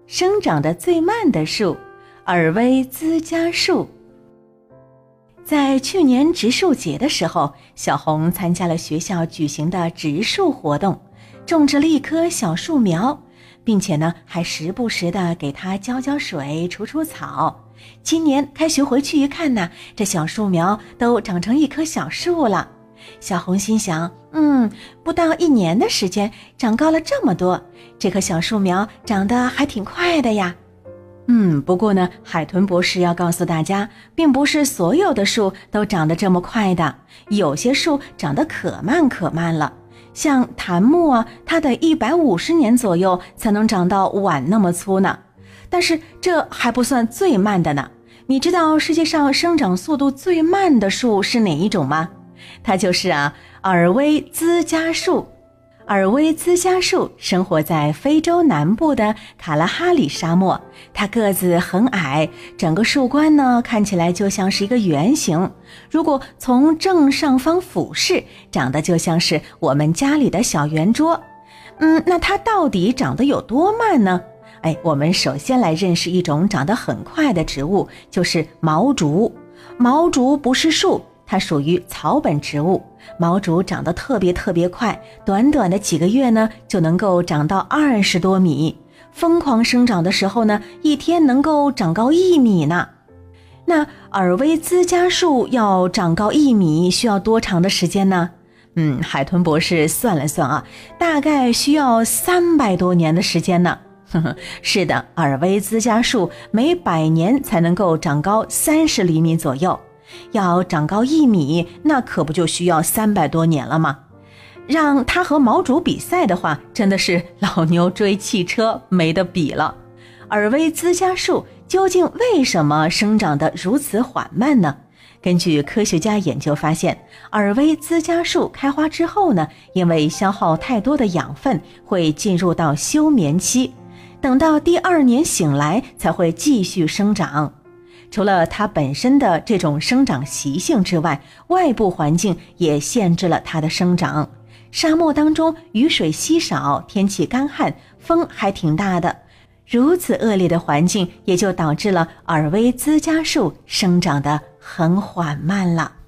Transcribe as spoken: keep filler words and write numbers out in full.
生长得最慢的树，尔威兹家树。在去年植树节的时候，小红参加了学校举行的植树活动，种植了一棵小树苗，并且呢，还时不时地给它浇浇水、除除草。今年开学回去一看呢，这小树苗都长成一棵小树了。小红心想，嗯，不到一年的时间，长高了这么多，这棵小树苗长得还挺快的呀。嗯，不过呢，海豚博士要告诉大家，并不是所有的树都长得这么快的，有些树长得可慢可慢了。像檀木啊，它得一百五十年左右才能长到碗那么粗呢。但是这还不算最慢的呢。你知道世界上生长速度最慢的树是哪一种吗？它就是啊，尔威兹家树。尔威兹家树生活在非洲南部的卡拉哈里沙漠，它个子很矮，整个树冠呢看起来就像是一个圆形，如果从正上方俯视，长得就像是我们家里的小圆桌。嗯，那它到底长得有多慢呢？哎，我们首先来认识一种长得很快的植物，就是毛竹。毛竹不是树，它属于草本植物。毛竹长得特别特别快，短短的几个月呢，就能够长到二十多米。疯狂生长的时候呢，一天能够长高一米呢。那尔威兹家树要长高一米需要多长的时间呢？嗯，海豚博士算了算啊，大概需要三百多年的时间呢。呵呵，是的，尔威兹家树每百年才能够长高三十厘米左右。要长高一米，那可不就需要三百多年了吗？让它和毛竹比赛的话，真的是老牛追汽车，没得比了。尔威兹家树究竟为什么生长得如此缓慢呢？根据科学家研究发现，尔威兹家树开花之后呢，因为消耗太多的养分，会进入到休眠期，等到第二年醒来才会继续生长。除了它本身的这种生长习性之外，外部环境也限制了它的生长。沙漠当中雨水稀少，天气干旱，风还挺大的。如此恶劣的环境，也就导致了尔威兹家树生长得很缓慢了。